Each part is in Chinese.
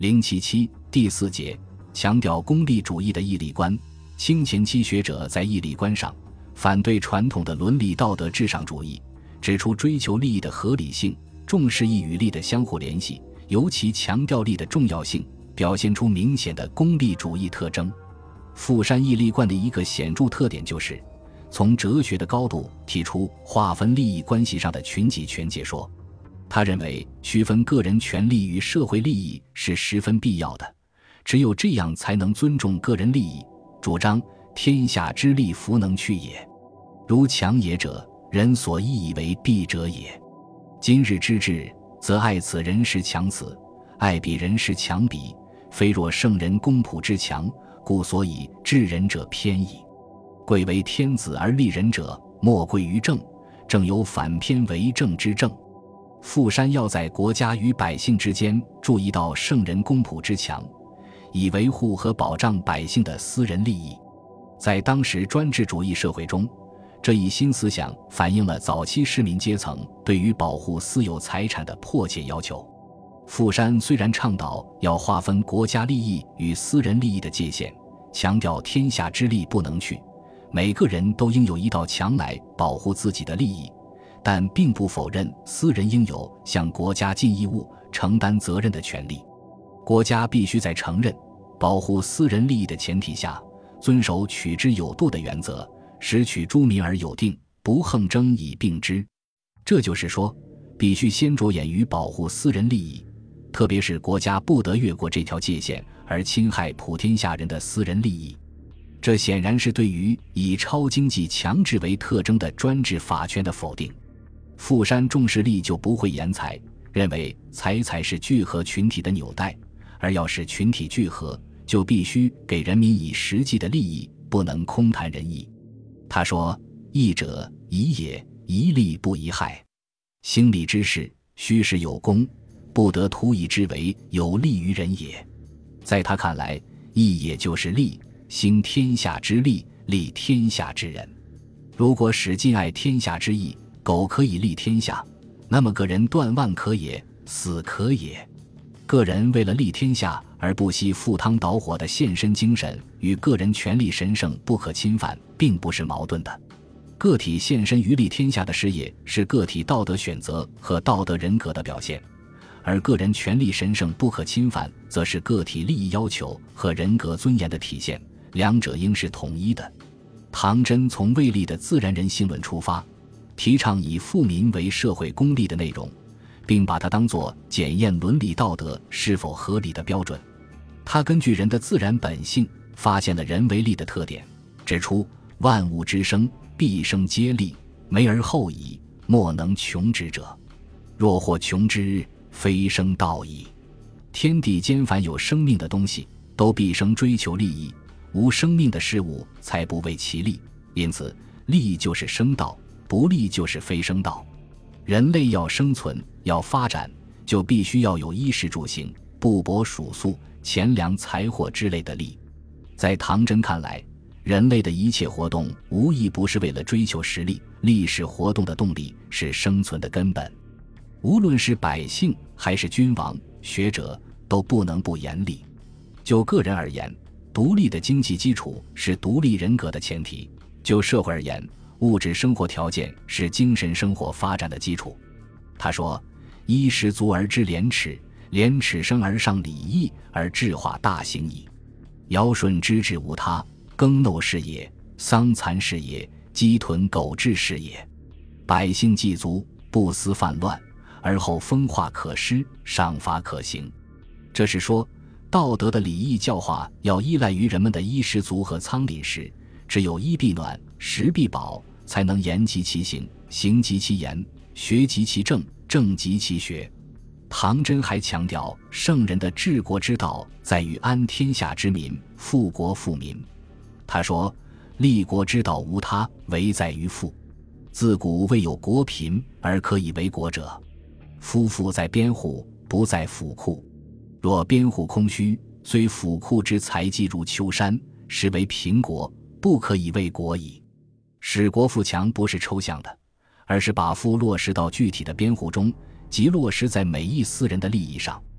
077第4节强调功利主义的义利观。清前期学者在义利观上反对传统的伦理道德至上主义，指出追求利益的合理性，重视义与利的相互联系，尤其强调利的重要性，表现出明显的功利主义特征。富山义利观的一个显著特点就是从哲学的高度提出划分利益关系上的群己权界说。他认为区分个人权利与社会利益是十分必要的，只有这样才能尊重个人利益，主张天下之利弗能去也，如强也者，人所义以为弊者也。今日之治，则爱此人是强此，爱彼人是强彼，非若圣人公仆之强，故所以治人者偏矣。贵为天子而利人者，莫贵于政，正有反偏为政之政。富山要在国家与百姓之间注意到圣人公仆之强，以维护和保障百姓的私人利益。在当时专制主义社会中，这一新思想反映了早期市民阶层对于保护私有财产的迫切要求。富山虽然倡导要划分国家利益与私人利益的界限，强调天下之利不能去，每个人都应有一道墙来保护自己的利益，但并不否认私人应有向国家尽义务、承担责任的权利。国家必须在承认、保护私人利益的前提下，遵守取之有度的原则，使取诸民而有定，不横征以并之。这就是说，必须先着眼于保护私人利益，特别是国家不得越过这条界限而侵害普天下人的私人利益。这显然是对于以超经济强制为特征的专制法权的否定。富山重视利就不会言财，认为财才是聚合群体的纽带，而要使群体聚合，就必须给人民以实际的利益，不能空谈仁义。他说：义者，宜也，宜利不宜害。兴利之事，须是有功，不得图以之为有利于人也。在他看来，义也就是利，兴天下之利，利天下之人。如果使尽爱天下之意，苟可以利天下，那么个人断腕可也，死可也。个人为了利天下而不惜赴汤蹈火的献身精神，与个人权利神圣不可侵犯，并不是矛盾的。个体献身于利天下的事业是个体道德选择和道德人格的表现，而个人权利神圣不可侵犯则是个体利益要求和人格尊严的体现，两者应是统一的。唐真从魏利的自然人性论出发，提倡以富民为社会公利的内容，并把它当作检验伦理道德是否合理的标准。他根据人的自然本性，发现了人为利的特点，指出万物之生，必生皆利，没而后已，莫能穷之者。若或穷之，非生道矣。天地间凡有生命的东西，都必生追求利益，无生命的事物才不为其利，因此利就是生道，不利就是非生道。人类要生存，要发展，就必须要有衣食住行、布帛属粟、钱粮财货之类的利。在唐真看来，人类的一切活动无一不是为了追求实利，利是活动的动力，是生存的根本。无论是百姓还是君王、学者，都不能不严厉。就个人而言，独立的经济基础是独立人格的前提；就社会而言，物质生活条件是精神生活发展的基础。他说：衣食足而知廉耻，廉耻生而上礼义，而治化大行矣。尧舜之治无他，耕耨是也，桑蚕是也，鸡豚狗彘是也。百姓既足，不思犯乱，而后风化可施，赏罚可行。这是说，道德的礼义教化要依赖于人们的衣食足和仓廪实，只有衣必暖，食必饱，才能言及其行，行及其言，学及其政，政及其学。唐真还强调，圣人的治国之道在于安天下之民，富国富民。他说：立国之道无他，唯在于富。自古未有国贫而可以为国者。夫富在边户，不在府库。若边户空虚，虽府库之财积如丘山，实为贫国，不可以为国矣。使国富强不是抽象的，而是把富落实到具体的边户中，即落实在每一私人的利益上。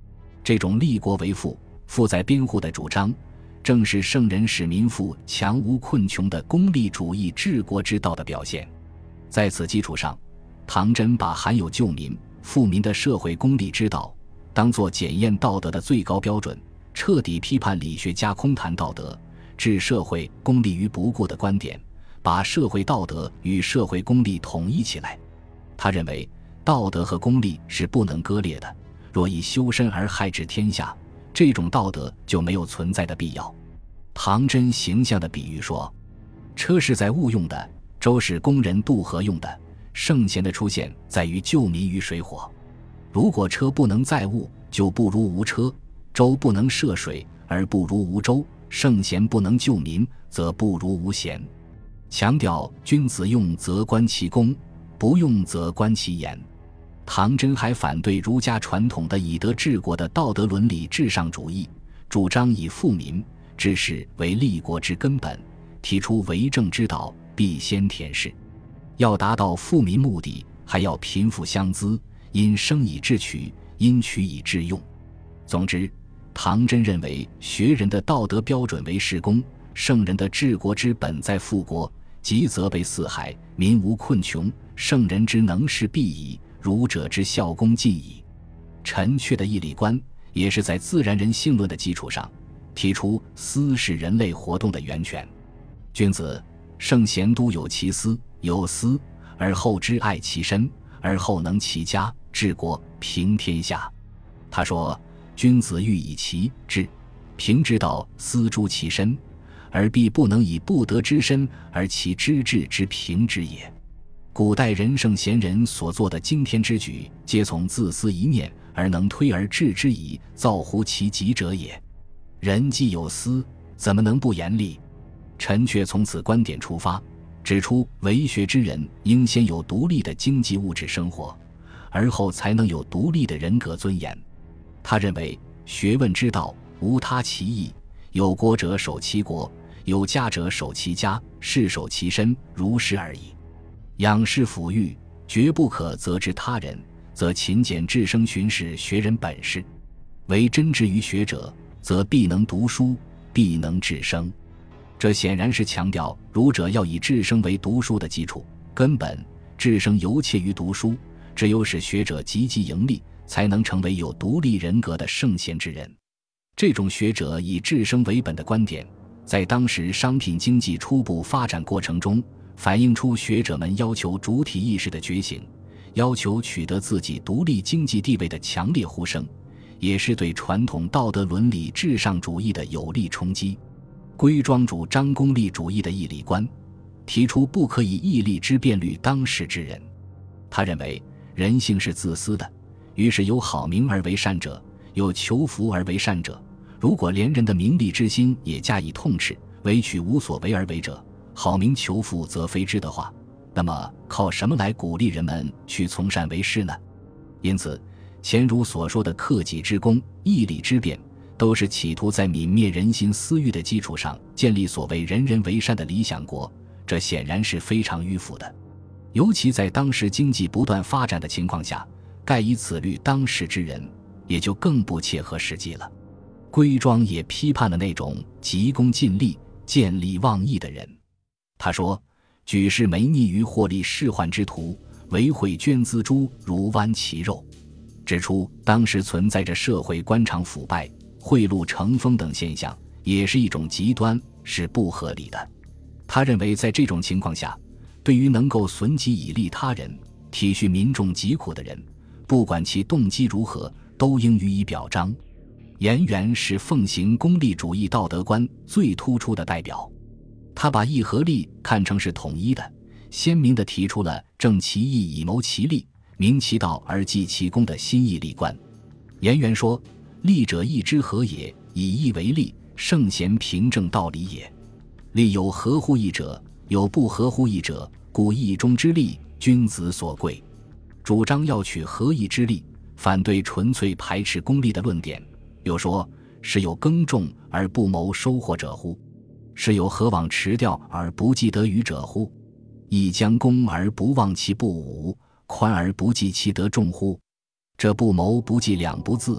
这种立国为父，父在边户的主张，正是圣人使民富强无困穷的功利主义治国之道的表现。在此基础上，唐真把含有救民富民的社会功利之道当作检验道德的最高标准，彻底批判理学家空谈道德，置社会功利于不顾的观点，把社会道德与社会功利统一起来。他认为道德和功利是不能割裂的，若以修身而害治天下，这种道德就没有存在的必要。唐真形象的比喻说，车是载物用的，舟是供人渡河用的，圣贤的出现在于救民于水火。如果车不能载物，就不如无车；舟不能涉水，而不如无舟；圣贤不能救民，则不如无贤。强调君子用则观其功，不用则观其言。唐真还反对儒家传统的以德治国的道德伦理至上主义，主张以富民治世为立国之根本，提出为政之道必先田氏。要达到富民目的，还要贫富相资，因生以智取，因取以致用。总之，唐真认为学人的道德标准为事功，圣人的治国之本在富国，即责备四海，民无困穷，圣人之能事必矣，儒者之效功尽矣。陈确的义理观也是在自然人性论的基础上，提出私是人类活动的源泉。君子圣贤都有其私，有私而后知爱其身，而后能齐家治国平天下。他说，君子欲以其治平之道私诛其身，而必不能以不得之身而其知治之平之也。古代仁圣贤人所做的惊天之举，皆从自私一念而能推而治之以造乎其极者也。人既有私，怎么能不严厉？陈却从此观点出发，指出为学之人应先有独立的经济物质生活，而后才能有独立的人格尊严。他认为学问之道无他其意，有国者守其国，有家者守其家，士守其身，如是而已。养士抚育，绝不可责之他人，则勤俭治生循是学人本事。为真志于学者，则必能读书，必能治生。这显然是强调儒者要以治生为读书的基础根本，治生尤切于读书，只有使学者积极盈利，才能成为有独立人格的圣贤之人。这种学者以治生为本的观点，在当时商品经济初步发展过程中，反映出学者们要求主体意识的觉醒，要求取得自己独立经济地位的强烈呼声，也是对传统道德伦理至上主义的有力冲击。归庄主张功利主义的义理观，提出不可以义利之辩虑当世之人。他认为人性是自私的，于是有好名而为善者，有求福而为善者。如果连人的名利之心也加以痛斥，唯取无所为而为者，好名求福则非之的话，那么靠什么来鼓励人们去从善为施呢？因此前儒所说的克己之功、义利之辩，都是企图在泯灭人心私欲的基础上建立所谓人人为善的理想国，这显然是非常迂腐的。尤其在当时经济不断发展的情况下，盖以此虑当世之人，也就更不切合实际了。归庄也批判了那种急功近利、见利忘义的人。他说，举世没逆于获利仕宦之徒，唯会捐资诸如剜其肉，指出当时存在着社会官场腐败、贿赂成风等现象，也是一种极端，是不合理的。他认为在这种情况下，对于能够损己以利他人、体恤民众疾苦的人，不管其动机如何，都应予以表彰。颜元是奉行功利主义道德观最突出的代表，他把义和利看成是统一的，鲜明地提出了正其义以谋其利，明其道而济其功的新义利观。颜元说，利者义之和也，以义为利，圣贤平正道理也。利有合乎义者，有不合乎义者，故义中之利，君子所贵。主张要取合义之利，反对纯粹排斥功利的论点。又说，是有耕种而不谋收获者乎？是有何往池钓而不计得鱼者乎？亦将功而不忘其不武，宽而不计其得众乎？这不谋不计两不字，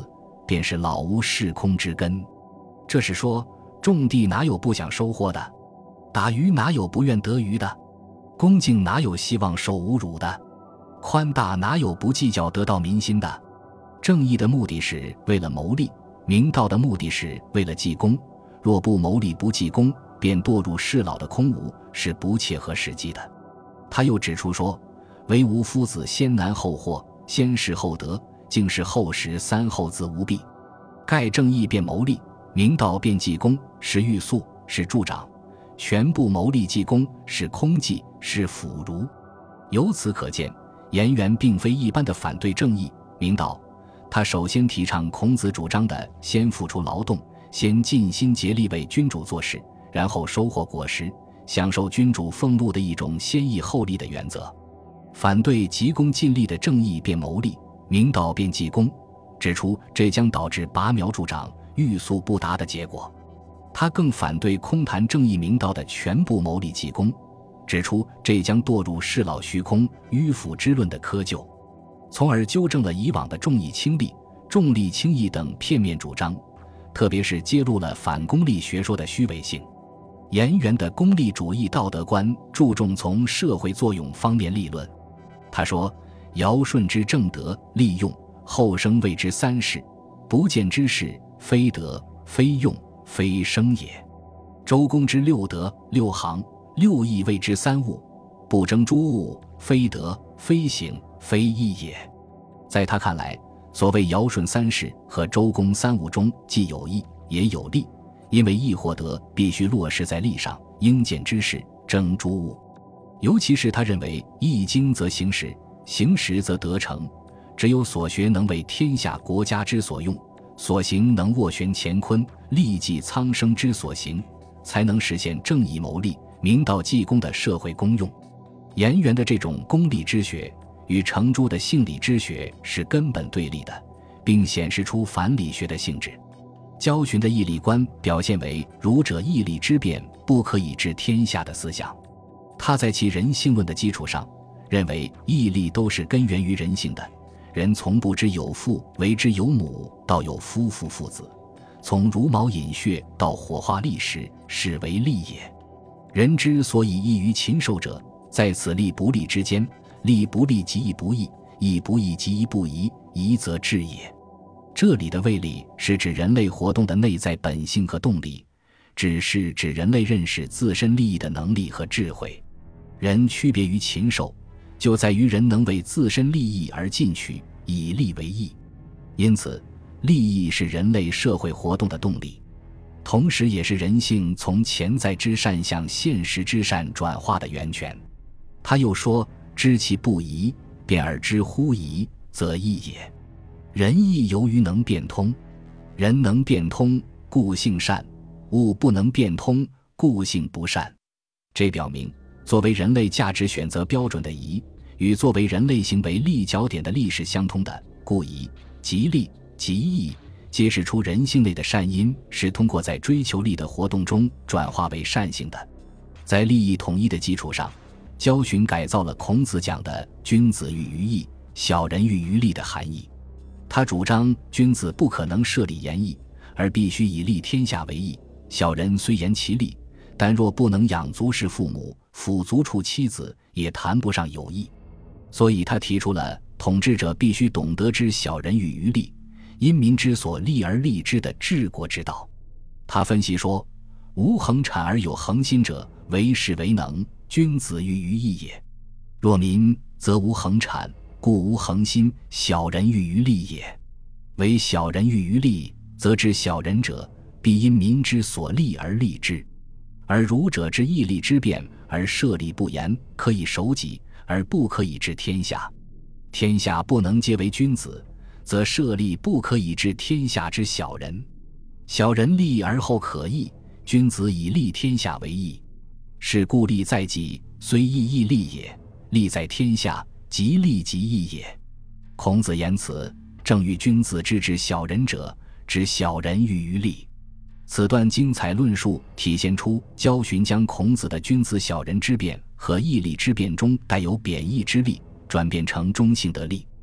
便是老屋事空之根。这是说，种地哪有不想收获的？打鱼哪有不愿得鱼的？恭敬哪有希望受侮辱的？宽大哪有不计较得到民心的？正义的目的是为了谋利，明道的目的是为了济公。若不谋利不济公，便堕入世老的空无，是不切合实际的。他又指出说，唯吾夫子先难后获，先事后得，竟是后识三后自无弊。盖正义便谋利，明道便济公，是欲速，是助长，全部谋利济公，是空计，是腐儒。由此可见，颜渊并非一般的反对正义明道，他首先提倡孔子主张的先付出劳动，先尽心竭力为君主做事，然后收获果实，享受君主俸禄的一种先义后利的原则。反对急功近利的正义便谋利，明道便济公，指出这将导致拔苗助长、欲速不达的结果。他更反对空谈正义明道的全部谋利济公，指出这将堕入世老虚空、迂腐之论的窠臼，从而纠正了以往的重义轻利、重利轻义等片面主张，特别是揭露了反功利学说的虚伪性。颜渊的功利主义道德观注重从社会作用方面立论。他说，尧舜之正德利用，后生谓之三事，不见之事，非德非用非生也。周公之六德六行六义谓之三物，不争诸物，非德非行非义也。在他看来，所谓尧舜三事和周公三物中既有义也有利，因为义或德必须落实在利上，应见之事争诸物。尤其是他认为义经则行实，行实则得成，只有所学能为天下国家之所用，所行能斡旋乾坤，利济苍生之所行，才能实现正义谋利、明道济公的社会功用。颜渊的这种功利之学与程朱的性理之学是根本对立的，并显示出反理学的性质。焦循的义利观表现为儒者义利之辩不可以治天下的思想。他在其人性论的基础上，认为义利都是根源于人性的，人从不知有父为之有母到有夫妇父子，从茹毛饮血到火化砾石，是为利也。人之所以异于禽兽者，在此利不利之间，利不利即义不义，义不义即义不义，义则治也。这里的为利是指人类活动的内在本性和动力，只是指人类认识自身利益的能力和智慧。人区别于禽兽，就在于人能为自身利益而进取，以利为义。因此，利益是人类社会活动的动力，同时也是人性从潜在之善向现实之善转化的源泉。他又说，知其不疑，便而知乎疑，则义也。仁义由于能变通，人能变通，故性善；物不能变通，故性不善。这表明，作为人类价值选择标准的义，与作为人类行为立脚点的利是相通的，故义即利即义，揭示出人性内的善因是通过在追求利的活动中转化为善性的。在利益统一的基础上，焦循改造了孔子讲的君子喻于义，小人喻于利的含义。他主张君子不可能设立言义，而必须以利天下为义，小人虽言其利，但若不能养足食父母，抚足处妻子，也谈不上有义。所以他提出了统治者必须懂得知小人喻于利，因民之所利而利之的治国之道。他分析说，无恒产而有恒心者，为士为能，君子喻于义也。若民则无恒产，故无恒心，小人喻于利也。为小人喻于利，则知小人者，必因民之所利而利之。而儒者之义利之辩，而设立不严，可以守己，而不可以治天下。天下不能皆为君子，则设立不可以治天下之小人。小人利而后可义，君子以利天下为义。是故利在己，虽义亦利也；利在天下，即利即义也。孔子言此，正欲君子治之小人者，知小人喻于利。此段精彩论述体现出焦循将孔子的君子小人之辩和义利之辩中带有贬义之利转变成中性的利。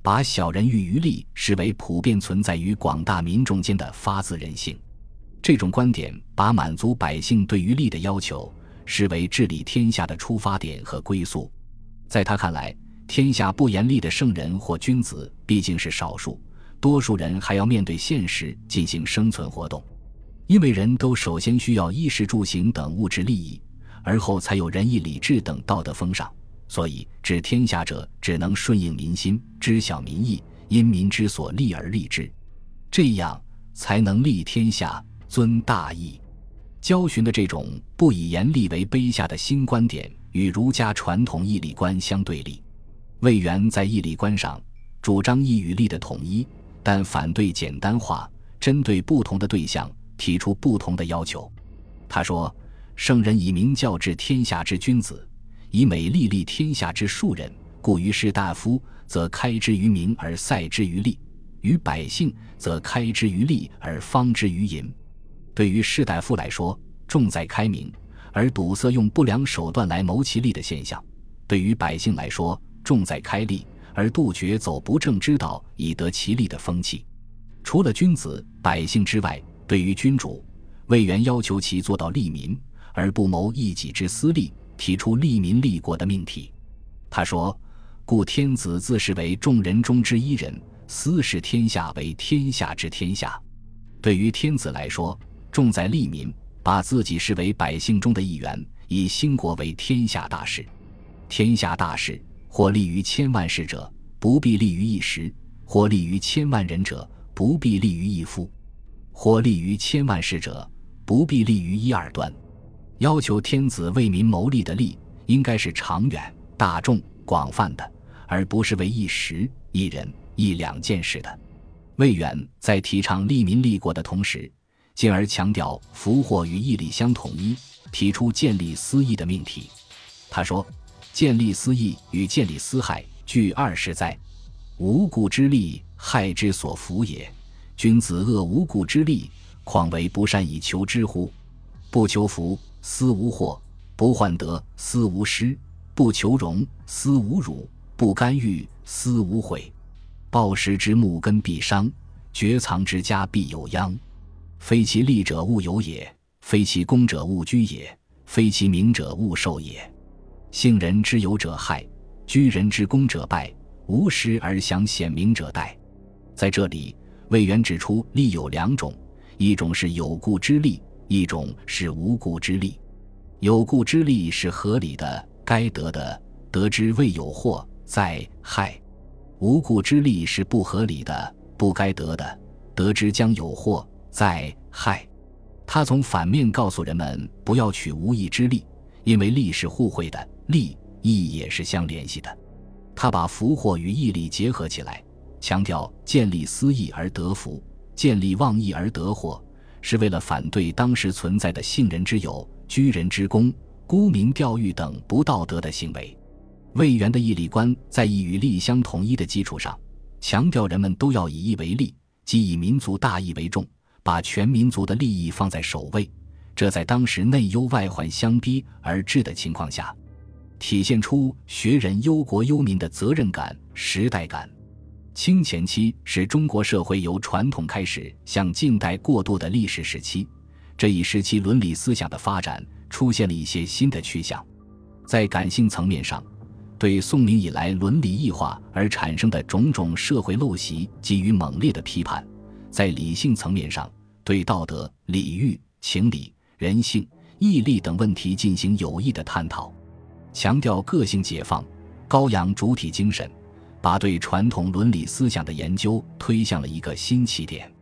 把小人欲于利视为普遍存在于广大民众间的发自人性。这种观点把满足百姓对于利的要求视为治理天下的出发点和归宿。在他看来，天下不言利的圣人或君子毕竟是少数，多数人还要面对现实进行生存活动。因为人都首先需要衣食住行等物质利益，而后才有仁义礼智等道德风尚，所以治天下者只能顺应民心，知晓民意，因民之所利而利之，这样才能利天下，尊大义。焦循的这种不以严厉为卑下的新观点与儒家传统义理观相对立。魏源在义理观上主张义与利的统一，但反对简单化，针对不同的对象提出不同的要求。他说，圣人以明教治天下之君子，以美利利天下之庶人，故于士大夫则开之于民而塞之于利，于百姓则开之于利而方之于淫。对于士大夫来说，重在开明而堵塞用不良手段来谋其利的现象；对于百姓来说，重在开利而杜绝走不正之道以得其利的风气。除了君子、百姓之外，对于君主，魏源要求其做到利民而不谋一己之私利，提出利民利国的命题。他说，故天子自视为众人中之一人，私视天下为天下之天下。对于天子来说，重在利民，把自己视为百姓中的一员，以兴国为天下大事。天下大事，或利于千万士者，不必利于一时；或利于千万人者，不必利于一夫；或利于千万士者，不必利于一二端。要求天子为民谋利的利，应该是长远、大众、广泛的，而不是为一时、一人、一两件事的。魏源在提倡利民利国的同时，进而强调福祸与义理相统一，提出建立私义的命题。他说，建立私义与建立私害，俱二实哉。无故之利，害之所伏也。君子恶无故之利，况为不善以求之乎？不求福，私无祸；不患得，私无失；不求荣，私无辱；不干预，私无悔。暴食之木根必伤，绝藏之家必有殃。非其利者勿有也，非其功者勿居也，非其名者勿受也。幸人之有者害，居人之功者败，无实而享显明者殆。在这里，魏源指出利有两种，一种是有故之利，一种是无故之利。有故之利是合理的，该得的，得之未有祸，在害；无故之利是不合理的，不该得的，得之将有祸，在害。他从反面告诉人们不要取无义之利，因为利是互惠的，利义也是相联系的。他把福祸与义利结合起来，强调建立私义而得福，建立妄义而得祸，是为了反对当时存在的幸人之有、居人之功、沽名钓誉等不道德的行为。魏源的义理观在义与利相统一的基础上，强调人们都要以义为利，即以民族大义为重，把全民族的利益放在首位。这在当时内忧外患相逼而至的情况下，体现出学人忧国忧民的责任感、时代感。清前期是中国社会由传统开始向近代过渡的历史时期，这一时期伦理思想的发展出现了一些新的趋向。在感性层面上，对宋明以来伦理异化而产生的种种社会陋习给予猛烈的批判；在理性层面上，对道德、礼遇、情理、人性、义利等问题进行有益的探讨，强调个性解放，高扬主体精神，把对传统伦理思想的研究推向了一个新起点。